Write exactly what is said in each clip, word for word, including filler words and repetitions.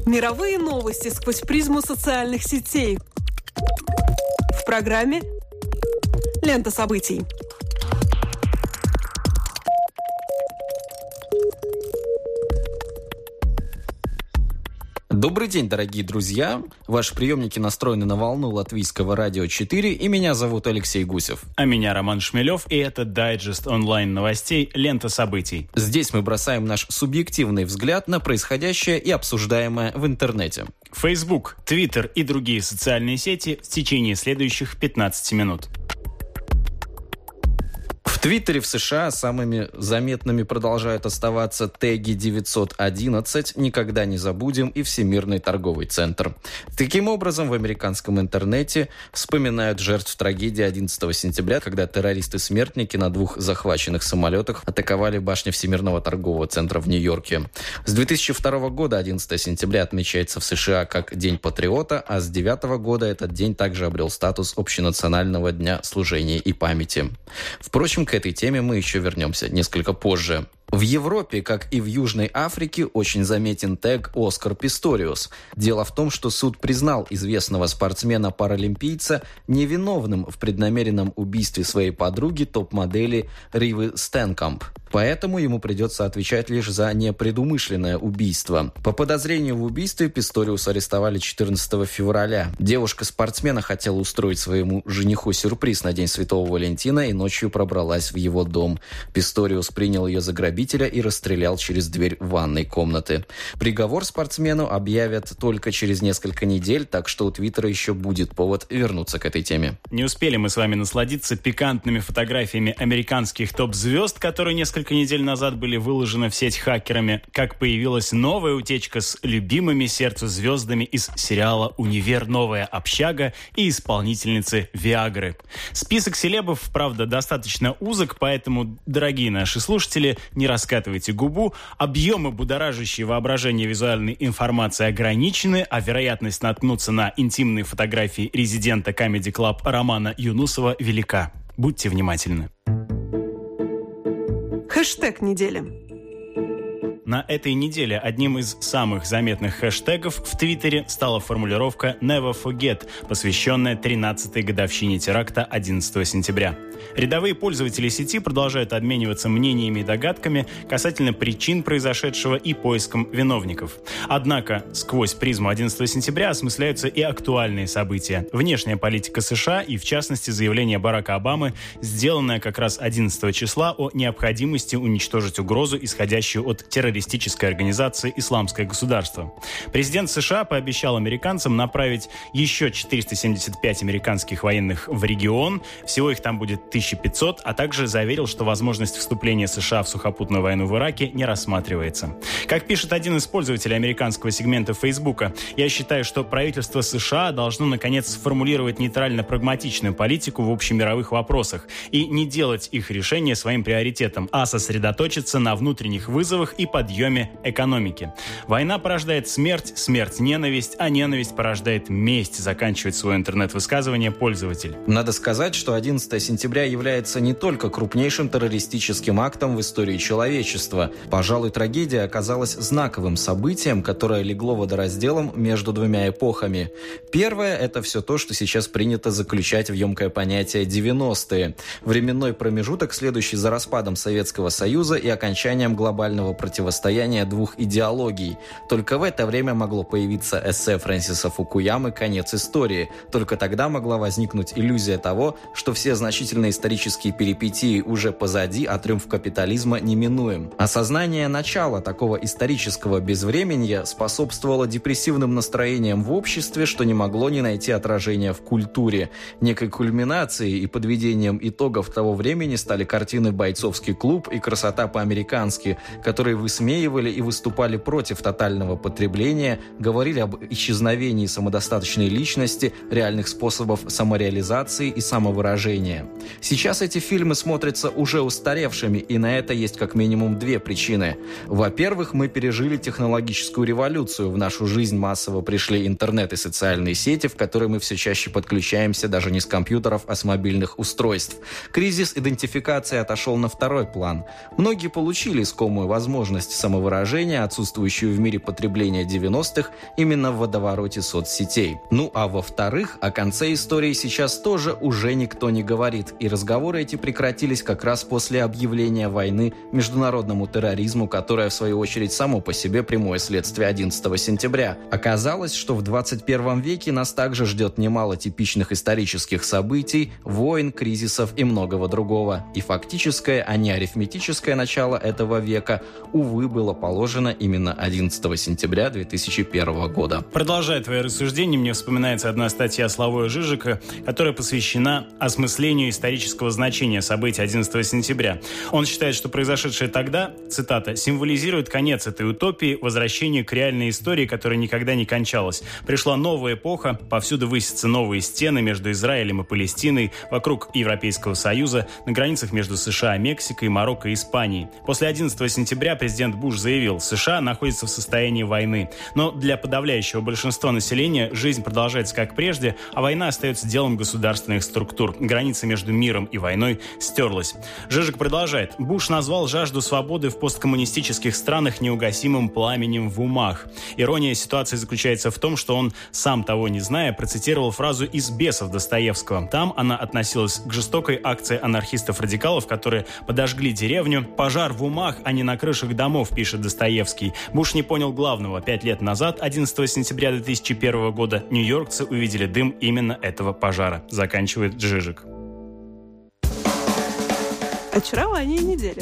Мировые новости сквозь призму социальных сетей. В программе «Лента событий». Добрый день, дорогие друзья! Ваши приемники настроены на волну Латвийского радио четыре, и меня зовут Алексей Гусев. А меня Роман Шмелев, и это дайджест онлайн-новостей «Лента событий». Здесь мы бросаем наш субъективный взгляд на происходящее и обсуждаемое в интернете. Facebook, Twitter и другие социальные сети в течение следующих пятнадцати минут. В Твиттере в США самыми заметными продолжают оставаться теги девятьсот одиннадцать, «Никогда не забудем» и «Всемирный торговый центр». Таким образом, в американском интернете вспоминают жертв трагедии одиннадцатого сентября, когда террористы-смертники на двух захваченных самолетах атаковали башню Всемирного торгового центра в Нью-Йорке. С две тысячи второго года одиннадцатого сентября отмечается в США как День патриота, а с две тысячи девятого года этот день также обрел статус общенационального дня служения и памяти. Впрочем, к этой теме мы еще вернемся несколько позже. В Европе, как и в Южной Африке, очень заметен тег «Оскар Писториус». Дело в том, что суд признал известного спортсмена-паралимпийца невиновным в преднамеренном убийстве своей подруги, топ-модели Ривы Стенкамп. Поэтому ему придется отвечать лишь за непредумышленное убийство. По подозрению в убийстве Писториус арестовали четырнадцатого февраля. Девушка-спортсмена хотела устроить своему жениху сюрприз на День Святого Валентина и ночью пробралась в его дом. Писториус принял ее за грабителя и расстрелял через дверь ванной комнаты. Приговор спортсмену объявят только через несколько недель, так что у Твиттера еще будет повод вернуться к этой теме. Не успели мы с вами насладиться пикантными фотографиями американских топ-звезд, которые несколько Несколько недель назад были выложены в сеть хакерами, как появилась новая утечка с любимыми сердцу звездами из сериала «Универ. Новая общага» и исполнительницы Виагры. Список селебов, правда, достаточно узок, поэтому, дорогие наши слушатели, не раскатывайте губу. Объемы будоражащей воображение визуальной информации ограничены, а вероятность наткнуться на интимные фотографии резидента Comedy Club Романа Юнусова велика. Будьте внимательны. Хэштег недели. На этой неделе одним из самых заметных хэштегов в Твиттере стала формулировка «Never Forget», посвященная тринадцатой годовщине теракта одиннадцатого сентября. Рядовые пользователи сети продолжают обмениваться мнениями и догадками касательно причин произошедшего и поиском виновников. Однако сквозь призму одиннадцатого сентября осмысляются и актуальные события. Внешняя политика США и, в частности, заявление Барака Обамы, сделанное как раз одиннадцатого числа о необходимости уничтожить угрозу, исходящую от террористической организации «Исламское государство». Президент США пообещал американцам направить еще четыреста семьдесят пять американских военных в регион. Всего их там будет тысяча пятьсот, а также заверил, что возможность вступления США в сухопутную войну в Ираке не рассматривается. Как пишет один из пользователей американского сегмента Фейсбука, я считаю, что правительство США должно, наконец, сформулировать нейтрально-прагматичную политику в общемировых вопросах и не делать их решения своим приоритетом, а сосредоточиться на внутренних вызовах и подъеме экономики. Война порождает смерть, смерть – ненависть, а ненависть порождает месть, заканчивает свое интернет-высказывание пользователь. Надо сказать, что одиннадцатого сентября является не только крупнейшим террористическим актом в истории человечества. Пожалуй, трагедия оказалась знаковым событием, которое легло водоразделом между двумя эпохами. Первое – это все то, что сейчас принято заключать в емкое понятие «девяностые». Временной промежуток, следующий за распадом Советского Союза и окончанием глобального противостояния двух идеологий. Только в это время могло появиться эссе Фрэнсиса Фукуямы «Конец истории». Только тогда могла возникнуть иллюзия того, что все значительные исторические перипетии уже позади, а триумф капитализма неминуем. Осознание начала такого исторического безвременья способствовало депрессивным настроениям в обществе, что не могло не найти отражения в культуре. Некой кульминацией и подведением итогов того времени стали картины «Бойцовский клуб» и «Красота по-американски», которые высмеивали и выступали против тотального потребления, говорили об исчезновении самодостаточной личности, реальных способов самореализации и самовыражения. Сейчас эти фильмы смотрятся уже устаревшими, и на это есть как минимум две причины. Во-первых, мы пережили технологическую революцию. В нашу жизнь массово пришли интернет и социальные сети, в которые мы все чаще подключаемся даже не с компьютеров, а с мобильных устройств. Кризис идентификации отошел на второй план. Многие получили искомую возможность самовыражения, отсутствующую в мире потребления девяностых, именно в водовороте соцсетей. Ну а во-вторых, о конце истории сейчас тоже уже никто не говорит, и разговоры эти прекратились как раз после объявления войны международному терроризму, которое, в свою очередь, само по себе прямое следствие одиннадцатого сентября. Оказалось, что в двадцать первом веке нас также ждет немало типичных исторических событий, войн, кризисов и многого другого. И фактическое, а не арифметическое начало этого века, увы, было положено именно одиннадцатого сентября две тысячи первого года. Продолжая твои рассуждения, мне вспоминается одна статья Славоя Жижика, которая посвящена осмыслению исторического значения событий одиннадцатого сентября. Он считает, что произошедшее тогда, цитата, «символизирует конец этой утопии, возвращение к реальной истории, которая никогда не кончалась. Пришла новая эпоха, повсюду высятся новые стены между Израилем и Палестиной, вокруг Европейского Союза, на границах между США, Мексикой, Марокко и Испанией. После одиннадцатого сентября президент Буш заявил, США находятся в состоянии войны. Но для подавляющего большинства населения жизнь продолжается как прежде, а война остается делом государственных структур. Граница между миром и войной стерлась». Жижик продолжает. Буш назвал жажду свободы в посткоммунистических странах неугасимым пламенем в умах. Ирония ситуации заключается в том, что он, сам того не зная, процитировал фразу из «Бесов» Достоевского. Там она относилась к жестокой акции анархистов-радикалов, которые подожгли деревню. «Пожар в умах, а не на крышах домов», пишет Достоевский. Буш не понял главного. Пять лет назад, одиннадцатого сентября две тысячи первого года, нью-йоркцы увидели дым именно этого пожара. Заканчивает Жижик. Очарование недели.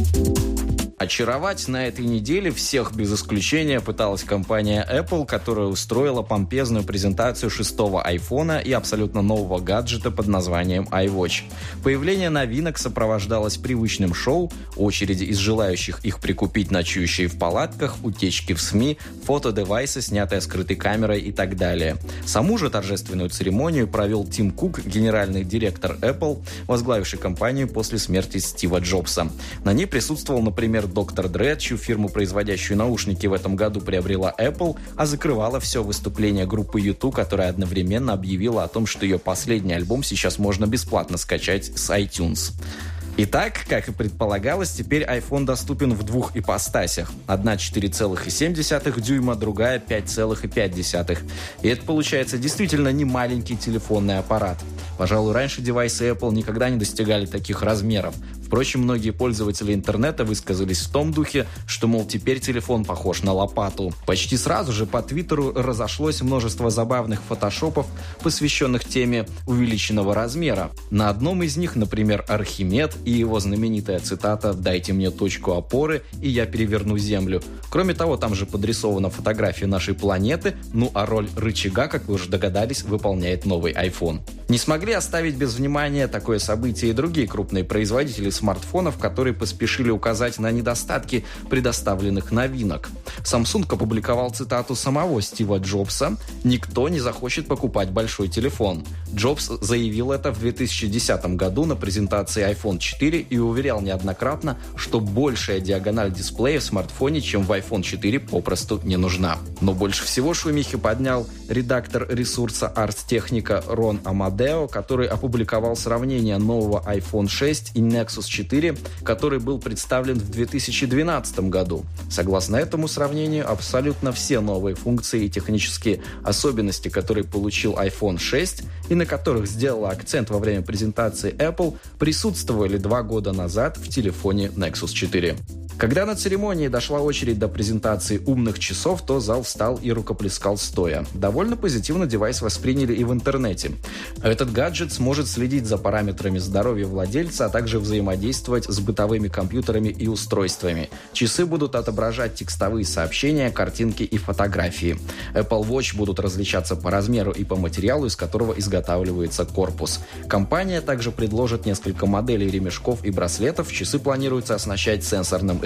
Очаровать на этой неделе всех без исключения пыталась компания Apple, которая устроила помпезную презентацию шестого айфона и абсолютно нового гаджета под названием iWatch. Появление новинок сопровождалось привычным шоу, очереди из желающих их прикупить, ночующие в палатках, утечки в СМИ, фотодевайсы, снятые скрытой камерой и так далее. Саму же торжественную церемонию провел Тим Кук, генеральный директор Apple, возглавивший компанию после смерти Стива Джобса. На ней присутствовал, например, доктор Дре, чью фирму, производящую наушники, в этом году приобрела Apple, а закрывала все выступление группы ю ту, которая одновременно объявила о том, что ее последний альбом сейчас можно бесплатно скачать с iTunes. Итак, как и предполагалось, теперь iPhone доступен в двух ипостасях. Одна четыре целых семь десятых дюйма, другая пять целых пять десятых. И это получается действительно не маленький телефонный аппарат. Пожалуй, раньше девайсы Apple никогда не достигали таких размеров. Впрочем, многие пользователи интернета высказались в том духе, что, мол, теперь телефон похож на лопату. Почти сразу же по Твиттеру разошлось множество забавных фотошопов, посвященных теме увеличенного размера. На одном из них, например, Архимед и его знаменитая цитата «Дайте мне точку опоры, и я переверну Землю». Кроме того, там же подрисована фотография нашей планеты, ну а роль рычага, как вы уже догадались, выполняет новый iPhone. Не смогли оставить без внимания такое событие и другие крупные производители смартфонов, которые поспешили указать на недостатки предоставленных новинок. Samsung опубликовал цитату самого Стива Джобса: «Никто не захочет покупать большой телефон». Джобс заявил это в две тысячи десятом году на презентации айфон четыре и уверял неоднократно, что большая диагональ дисплея в смартфоне, чем в айфон четыре, попросту не нужна. Но больше всего шумихи поднял редактор ресурса Ars Technica Рон Амадео, который опубликовал сравнение нового айфон шесть и Nexus четыре, который был представлен в две тысячи двенадцатом году. Согласно этому сравнению, абсолютно все новые функции и технические особенности, которые получил айфон шесть и на которых сделала акцент во время презентации Apple, присутствовали два года назад в телефоне Nexus четыре. Когда на церемонии дошла очередь до презентации умных часов, то зал встал и рукоплескал стоя. Довольно позитивно девайс восприняли и в интернете. Этот гаджет сможет следить за параметрами здоровья владельца, а также взаимодействовать с бытовыми компьютерами и устройствами. Часы будут отображать текстовые сообщения, картинки и фотографии. Apple Watch будут различаться по размеру и по материалу, из которого изготавливается корпус. Компания также предложит несколько моделей ремешков и браслетов. Часы планируется оснащать сенсорным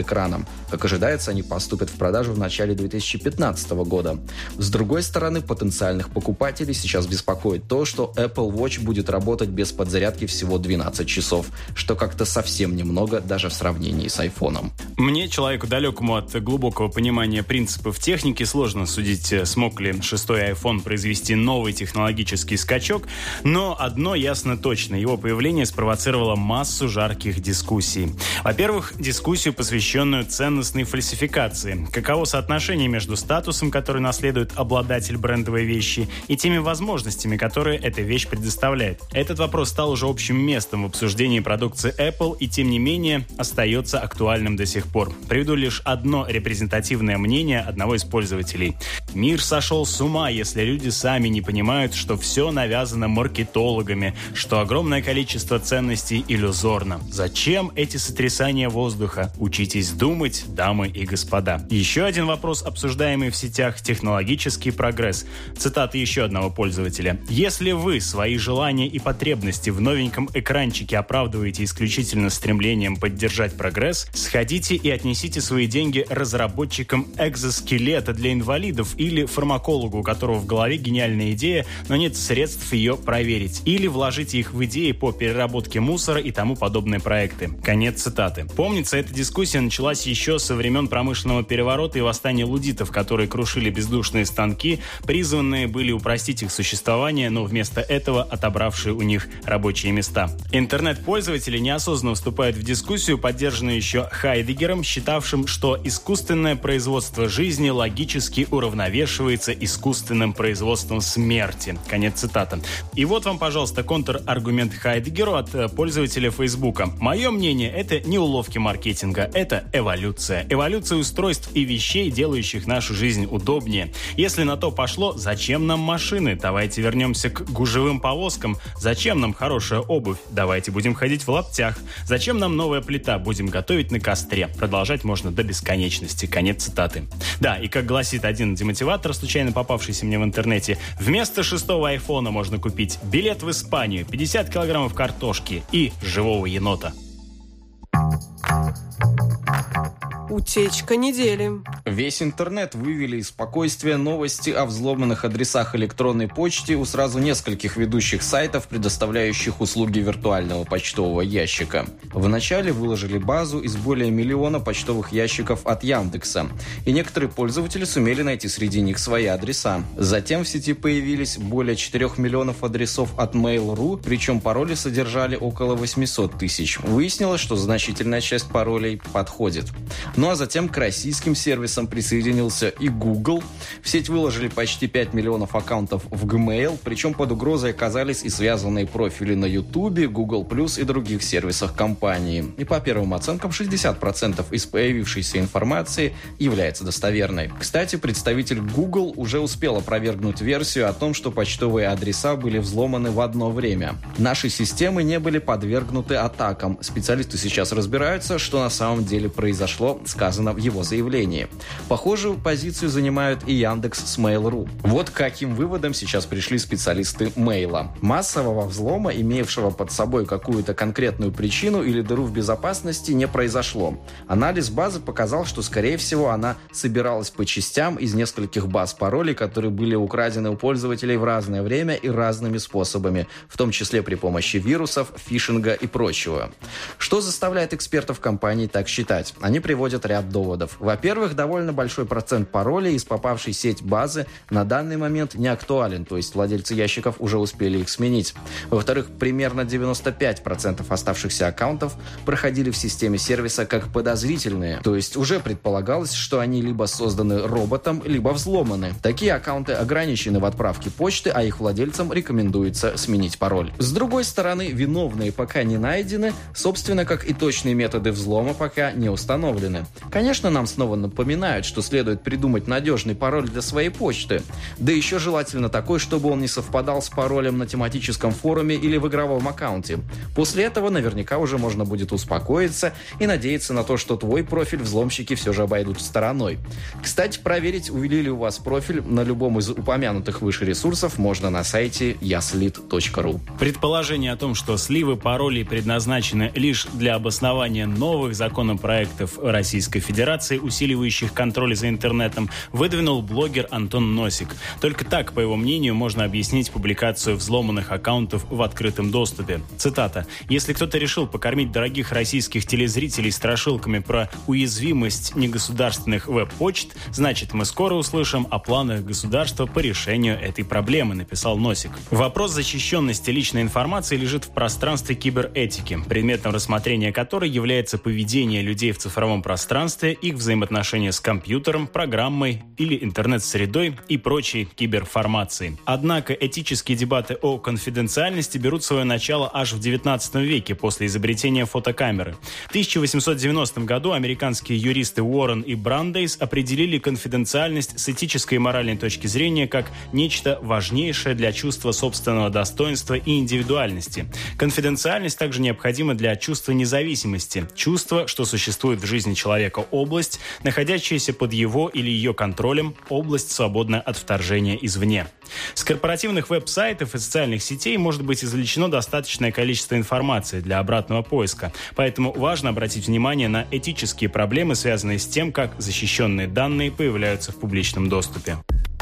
экраном. Как ожидается, они поступят в продажу в начале две тысячи пятнадцатого года. С другой стороны, потенциальных покупателей сейчас беспокоит то, что Apple Watch будет работать без подзарядки всего двенадцать часов, что как-то совсем немного даже в сравнении с айфоном. Мне, человеку далекому от глубокого понимания принципов техники, сложно судить, смог ли шестой iPhone произвести новый технологический скачок, но одно ясно точно: его появление спровоцировало массу жарких дискуссий. Во-первых, дискуссию, посвященную ценностной фальсификации. Каково соотношение между статусом, который наследует обладатель брендовой вещи, и теми возможностями, которые эта вещь предоставляет. Этот вопрос стал уже общим местом в обсуждении продукции Apple и, тем не менее, остается актуальным до сих пор. Приведу лишь одно репрезентативное мнение одного из пользователей. «Мир сошел с ума, если люди сами не понимают, что все навязано маркетологами, что огромное количество ценностей иллюзорно. Зачем эти сотрясания воздуха? Учитесь думать, дамы и господа». Еще один вопрос, обсуждаемый в сетях: технологический прогресс. Цитата еще одного пользователя. «Если вы свои желания и потребности в новеньком экранчике оправдываете исключительно стремлением поддержать прогресс, сходите и отнесите свои деньги разработчикам экзоскелета для инвалидов или фармакологу, у которого в голове гениальная идея, но нет средств ее проверить. Или вложите их в идеи по переработке мусора и тому подобные проекты». Конец цитаты. Помнится, эта дискуссия началась еще со времен промышленного переворота и восстания луддитов, которые крушили бездушные станки, призванные были упростить их существование, но вместо этого отобравшие у них рабочие места. Интернет-пользователи неосознанно вступают в дискуссию, поддержанную еще Хайдеггером, считавшим, что искусственное производство жизни логически уравновешивается искусственным производством смерти. Конец цитаты. И вот вам, пожалуйста, контраргумент Хайдеггеру от пользователя Фейсбука. Мое мнение, это не уловки маркетинга, это эволюция. Эволюция устройств и вещей, делающих нашу жизнь удобнее. Если на то пошло, зачем нам машины? Давайте вернемся к гужевым повозкам. Зачем нам хорошая обувь? Давайте будем ходить в лаптях. Зачем нам новая плита? Будем готовить на костре. Продолжать можно до бесконечности. Конец цитаты. Да, и как гласит один демотиватор, случайно попавшийся мне в интернете, вместо шестого айфона можно купить билет в Испанию, пятьдесят килограммов картошки и живого енота. Утечка недели. Весь интернет вывели из спокойствия новости о взломанных адресах электронной почты у сразу нескольких ведущих сайтов, предоставляющих услуги виртуального почтового ящика. Вначале выложили базу из более миллиона почтовых ящиков от Яндекса, и некоторые пользователи сумели найти среди них свои адреса. Затем в сети появились более четырех миллионов адресов от Mail точка ру, причем пароли содержали около восемьсот тысяч. Выяснилось, что значительная часть паролей подходит. Ну а затем к российским сервисам присоединился и Google. В сеть выложили почти пять миллионов аккаунтов в Gmail, причем под угрозой оказались и связанные профили на YouTube, Google плюс и других сервисах компании. И по первым оценкам шестьдесят процентов из появившейся информации является достоверной. Кстати, представитель Google уже успел опровергнуть версию о том, что почтовые адреса были взломаны в одно время. Наши системы не были подвергнуты атакам. Специалисты сейчас разбираются, что на самом деле произошло, сказано в его заявлении. Похожую позицию занимают и Яндекс с Mail точка ру. Вот к каким выводам сейчас пришли специалисты Мейла. Массового взлома, имевшего под собой какую-то конкретную причину или дыру в безопасности, не произошло. Анализ базы показал, что, скорее всего, она собиралась по частям из нескольких баз паролей, которые были украдены у пользователей в разное время и разными способами, в том числе при помощи вирусов, фишинга и прочего. Что заставляет экспертов компании так считать? Они приводят ряд доводов. Во-первых, довольно большой процент паролей из попавшей в сеть базы на данный момент не актуален, то есть владельцы ящиков уже успели их сменить. Во-вторых, примерно девяносто пять процентов оставшихся аккаунтов проходили в системе сервиса как подозрительные, то есть уже предполагалось, что они либо созданы роботом, либо взломаны. Такие аккаунты ограничены в отправке почты, а их владельцам рекомендуется сменить пароль. С другой стороны, виновные пока не найдены, собственно, как и точные методы взлома пока не установлены. Конечно, нам снова напоминают, что следует придумать надежный пароль для своей почты. Да еще желательно такой, чтобы он не совпадал с паролем на тематическом форуме или в игровом аккаунте. После этого наверняка уже можно будет успокоиться и надеяться на то, что твой профиль взломщики все же обойдут стороной. Кстати, проверить, увели ли у вас профиль на любом из упомянутых выше ресурсов, можно на сайте яслит точка ру. Предположение о том, что сливы паролей предназначены лишь для обоснования новых законопроектов российских Российской Федерации, усиливающих контроль за интернетом, выдвинул блогер Антон Носик. Только так, по его мнению, можно объяснить публикацию взломанных аккаунтов в открытом доступе. Цитата. «Если кто-то решил покормить дорогих российских телезрителей страшилками про уязвимость негосударственных веб-почт, значит, мы скоро услышим о планах государства по решению этой проблемы», написал Носик. Вопрос защищенности личной информации лежит в пространстве киберетики, предметом рассмотрения которой является поведение людей в цифровом пространстве, их взаимоотношения с компьютером, программой или интернет-средой и прочей киберформацией. Однако этические дебаты о конфиденциальности берут свое начало аж в девятнадцатом веке, после изобретения фотокамеры. В тысяча восемьсот девяностом году американские юристы Уоррен и Брандейс определили конфиденциальность с этической и моральной точки зрения как нечто важнейшее для чувства собственного достоинства и индивидуальности. Конфиденциальность также необходима для чувства независимости, чувства, что существует в жизни человека область, находящаяся под его или ее контролем, область, свободная от вторжения извне. С корпоративных веб-сайтов и социальных сетей может быть извлечено достаточное количество информации для обратного поиска, поэтому важно обратить внимание на этические проблемы, связанные с тем, как защищенные данные появляются в публичном доступе.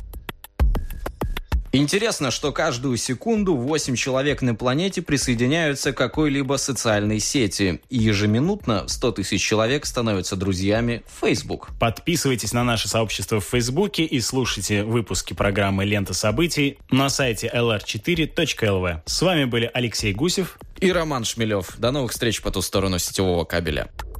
Интересно, что каждую секунду восемь человек на планете присоединяются к какой-либо социальной сети. И ежеминутно сто тысяч человек становятся друзьями в Facebook. Подписывайтесь на наше сообщество в Фейсбуке и слушайте выпуски программы «Лента событий» на сайте эл эр четыре точка эл ви. С вами были Алексей Гусев и Роман Шмелев. До новых встреч по ту сторону сетевого кабеля.